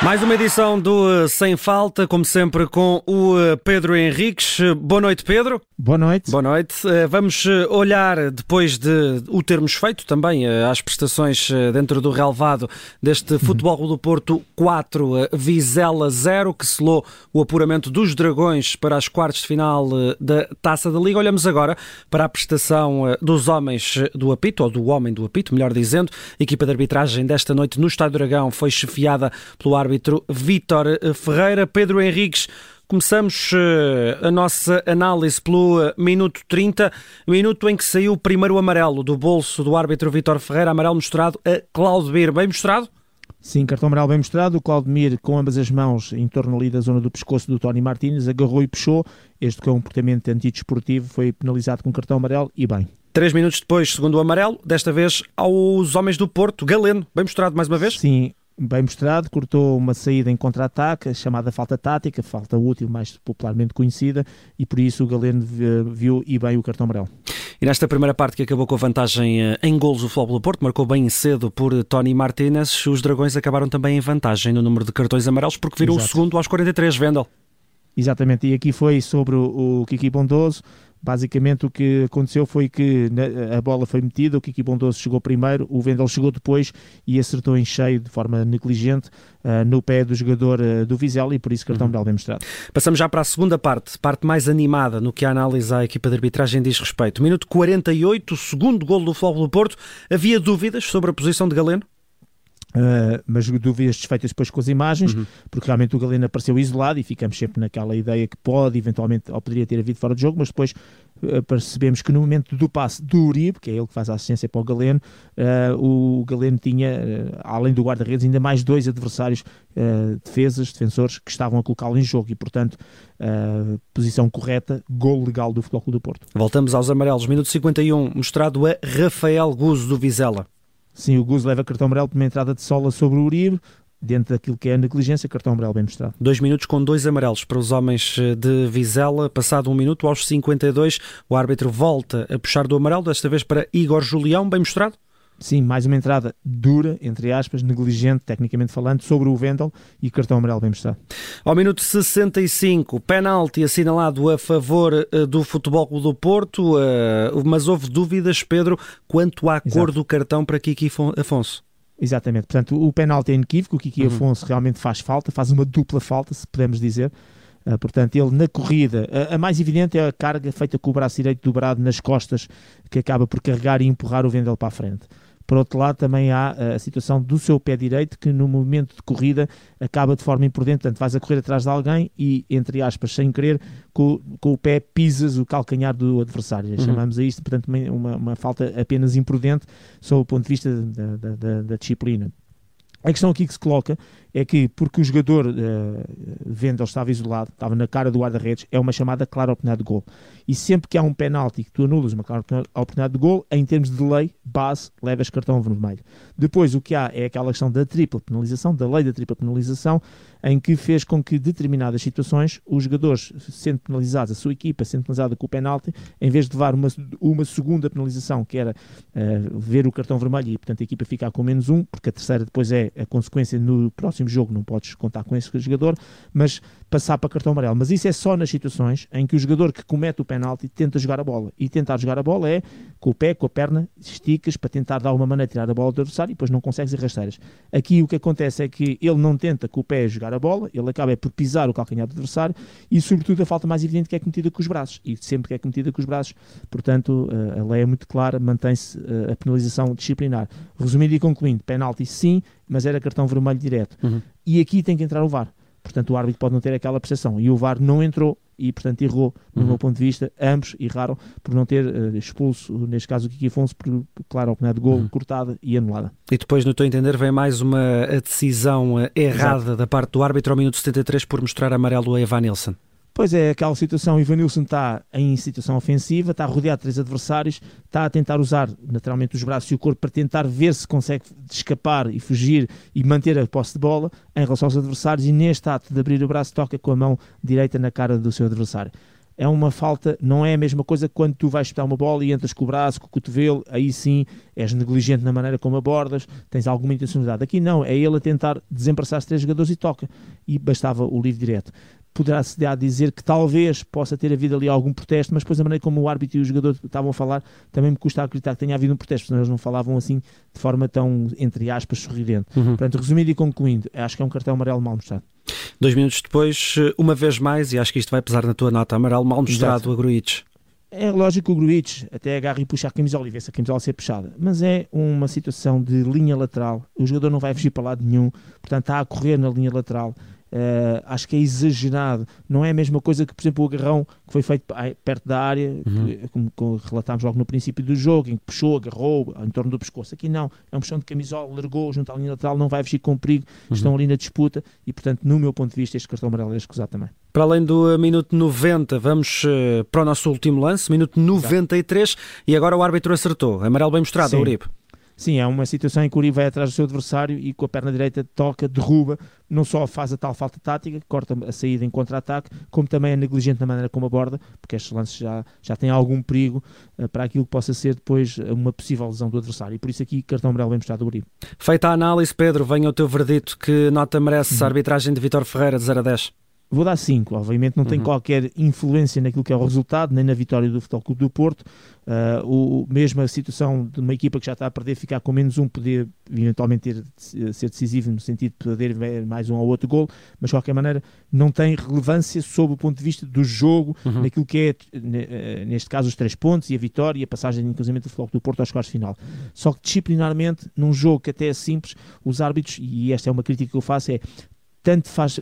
Mais uma edição do Sem Falta, como sempre com o Pedro Henriques. Boa noite, Pedro. Boa noite. Boa noite. Vamos olhar, depois de o termos feito também, às prestações dentro do relevado deste Futebol Clube do Porto 4, Vizela 0, que selou o apuramento dos Dragões para as quartas de final da Taça da Liga. Olhamos agora para a prestação dos homens do apito, ou do homem do apito, melhor dizendo. A equipa de arbitragem desta noite no Estádio Dragão foi chefiada pelo árbitro Vítor Ferreira. Pedro Henriques, começamos a nossa análise pelo minuto 30, minuto em que saiu o primeiro amarelo do bolso do árbitro Vítor Ferreira, amarelo mostrado a Claudemir. Bem mostrado? Sim, cartão amarelo bem mostrado. O Claudemir, com ambas as mãos em torno ali da zona do pescoço do Tony Martínez, agarrou e puxou. Este comportamento antidesportivo foi penalizado com cartão amarelo e bem. 3 minutos depois, segundo o amarelo, desta vez aos homens do Porto. Galeno, bem mostrado mais uma vez? Sim, bem mostrado, cortou uma saída em contra-ataque, chamada falta tática, falta útil, mais popularmente conhecida, e por isso o Galeno viu e bem o cartão amarelo. E nesta primeira parte, que acabou com a vantagem em golos, o Futebol Clube do Porto marcou bem cedo por Tony Martínez. Os Dragões acabaram também em vantagem no número de cartões amarelos, porque viram o segundo aos 43, Vendel. Exatamente, e aqui foi sobre o Kiki Bondoso. Basicamente o que aconteceu foi que a bola foi metida, o Kiki Bondoso chegou primeiro, o Vendel chegou depois e acertou em cheio, de forma negligente, no pé do jogador do Vizela, e por isso cartão amarelo bem mostrado. Passamos já para a segunda parte mais animada no que a análise à equipa de arbitragem diz respeito. Minuto 48, segundo golo do Futebol Clube do Porto. Havia dúvidas sobre a posição de Galeno? Mas dúvidas desfeitas depois com as imagens, porque realmente o Galeno apareceu isolado e ficamos sempre naquela ideia que pode eventualmente, ou poderia ter havido fora de jogo, mas depois percebemos que no momento do passe do Uribe, que é ele que faz a assistência para o Galeno tinha, além do guarda-redes, ainda mais 2 adversários, defensores, que estavam a colocá-lo em jogo e, portanto, posição correta, golo legal do Futebol Clube do Porto. Voltamos aos amarelos. Minuto 51, mostrado a Rafael Guzo do Vizela. Sim, o Guzo leva cartão amarelo por uma entrada de sola sobre o Uribe, dentro daquilo que é a negligência, cartão amarelo bem mostrado. 2 minutos com 2 amarelos para os homens de Vizela. Passado 1 minuto, aos 52, o árbitro volta a puxar do amarelo, desta vez para Igor Julião, bem mostrado? Sim, mais uma entrada dura, entre aspas, negligente, tecnicamente falando, sobre o Vendel, e cartão amarelo bem mostrado. Ao minuto 65, penalti assinalado a favor do Futebol Clube do Porto, mas houve dúvidas, Pedro, quanto à cor do cartão para Kiki Afonso. Exatamente, portanto o penalti é inequívoco, o Kiki Afonso realmente faz falta, faz uma dupla falta, se podemos dizer. Portanto, ele na corrida, a mais evidente é a carga feita com o braço direito dobrado nas costas, que acaba por carregar e empurrar o Vendel para a frente. Por outro lado, também há a situação do seu pé direito, que no momento de corrida acaba de forma imprudente. Portanto, vais a correr atrás de alguém e, entre aspas, sem querer, com o pé pisas o calcanhar do adversário. Chamamos a isto, portanto, uma falta apenas imprudente, sob o ponto de vista da disciplina. A questão aqui que se coloca é que, porque o jogador Vendel estava isolado, estava na cara do guarda-redes, é uma chamada clara oportunidade de gol. E sempre que há um penalti que tu anulas uma clara oportunidade de gol, em termos de lei, base, levas cartão vermelho. Depois o que há é aquela questão da tripla penalização, da lei da tripla penalização, em que fez com que determinadas situações, os jogadores, sendo penalizados, a sua equipa sendo penalizada com o penalti, em vez de levar uma segunda penalização, que era ver o cartão vermelho e, portanto, a equipa ficar com menos 1, porque a terceira depois é a consequência no próximo jogo, não podes contar com esse jogador, mas passar para cartão amarelo. Mas isso é só nas situações em que o jogador que comete o penalti tenta jogar a bola. E tentar jogar a bola é com o pé, com a perna, esticas para tentar dar uma maneira de tirar a bola do adversário e depois não consegues ir rasteiras. Aqui o que acontece é que ele não tenta com o pé jogar a bola, ele acaba por pisar o calcanhar do adversário e, sobretudo, a falta mais evidente que é cometida com os braços. E sempre que é cometida com os braços, portanto, a lei é muito clara, mantém-se a penalização disciplinar. Resumindo e concluindo, penalti sim, mas era cartão vermelho direto. E aqui tem que entrar o VAR. Portanto, o árbitro pode não ter aquela percepção. E o VAR não entrou e, portanto, errou, no meu ponto de vista. Ambos erraram por não ter expulso, neste caso, o Kiki Afonso, por clara oportunidade de gol cortada e anulada. E depois, no teu entender, vem mais uma decisão errada da parte do árbitro ao minuto 73 por mostrar amarelo a Evanilson. Pois é, aquela situação, o Evanilson está em situação ofensiva, está rodeado de 3 adversários, está a tentar usar naturalmente os braços e o corpo para tentar ver se consegue escapar e fugir e manter a posse de bola em relação aos adversários, e neste ato de abrir o braço toca com a mão direita na cara do seu adversário. é uma falta, não é a mesma coisa que quando tu vais chutar uma bola e entras com o braço, com o cotovelo, aí sim és negligente na maneira como abordas, tens alguma intencionalidade. Aqui não, é ele a tentar desembaraçar os 3 jogadores e toca, e bastava o livre direto. Poderá-se dizer que talvez possa ter havido ali algum protesto, mas depois a maneira como o árbitro e o jogador estavam a falar, também me custa acreditar que tenha havido um protesto, senão eles não falavam assim de forma tão, entre aspas, sorridente. Portanto, resumindo e concluindo, acho que é um cartão amarelo mal mostrado. 2 minutos depois, uma vez mais, e acho que isto vai pesar na tua nota, amarelo mal mostrado a Grujic. É lógico que o Grujic até agarra e puxa a camisola e vê-se a camisola ser puxada, mas é uma situação de linha lateral, o jogador não vai fugir para lado nenhum, portanto está a correr na linha lateral. Acho que é exagerado, não é a mesma coisa que, por exemplo, o agarrão que foi feito perto da área, como relatámos logo no princípio do jogo, em que puxou, agarrou em torno do pescoço. Aqui não, é um puxão de camisola, largou junto à linha lateral, não vai fugir com perigo, estão ali na disputa e, portanto, no meu ponto de vista, este cartão amarelo é escusado também. Para além do minuto 90, vamos para o nosso último lance, minuto 93. Exato. E agora o árbitro acertou, amarelo bem mostrado, Uribe. Sim, é uma situação em que o Uribe vai atrás do seu adversário e com a perna direita toca, derruba, não só faz a tal falta tática, corta a saída em contra-ataque, como também é negligente na maneira como aborda, porque estes lances já têm algum perigo para aquilo que possa ser depois uma possível lesão do adversário. E por isso aqui, cartão amarelo bem mostrado do Uribe. Feita a análise, Pedro, venha o teu verdito. Que nota merece a arbitragem de Vítor Ferreira de 0 a 10? Vou dar 5, obviamente não tem qualquer influência naquilo que é o resultado, nem na vitória do Futebol Clube do Porto. Mesmo a situação de uma equipa que já está a perder, ficar com menos um, poder eventualmente ser decisivo no sentido de poder mais um ou outro golo, mas de qualquer maneira não tem relevância sob o ponto de vista do jogo, naquilo que é, neste caso, os 3 pontos e a vitória e a passagem inclusive do Futebol Clube do Porto aos quartos de final. Só que disciplinarmente, num jogo que até é simples, os árbitros, e esta é uma crítica que eu faço, tanto faz,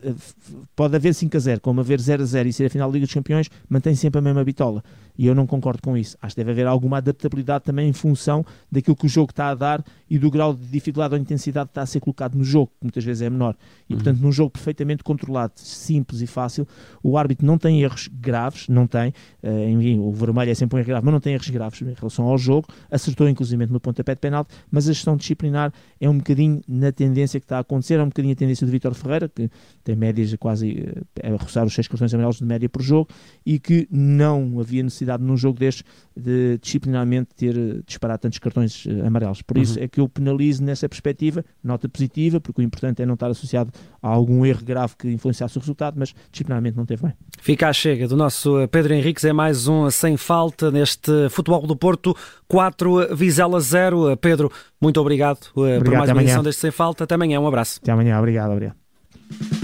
pode haver 5 a 0 como haver 0 a 0 e ser a final da Liga dos Campeões, mantém sempre a mesma bitola. E eu não concordo com isso. Acho que deve haver alguma adaptabilidade também em função daquilo que o jogo está a dar e do grau de dificuldade ou intensidade que está a ser colocado no jogo, que muitas vezes é menor. E, portanto, num jogo perfeitamente controlado, simples e fácil, o árbitro não tem erros graves, não tem, o vermelho é sempre um erro grave, mas não tem erros graves em relação ao jogo, acertou inclusive no pontapé de penalti, mas a gestão disciplinar é um bocadinho na tendência que está a acontecer, é um bocadinho a tendência de Vítor Ferreira, que tem médias quase a roçar os 6 cartões amarelos de média por jogo, e que não havia necessidade num jogo destes de disciplinarmente ter disparado tantos cartões amarelos. Por isso é que eu penalizo nessa perspectiva, nota positiva, porque o importante é não estar associado a algum erro grave que influenciasse o resultado, mas disciplinarmente não teve bem. Fica à chega do nosso Pedro Henriques, é mais um sem falta neste Futebol do Porto 4, Vizela 0. Pedro, muito obrigado por mais uma edição deste Sem Falta. Até amanhã, um abraço. Até amanhã, obrigado.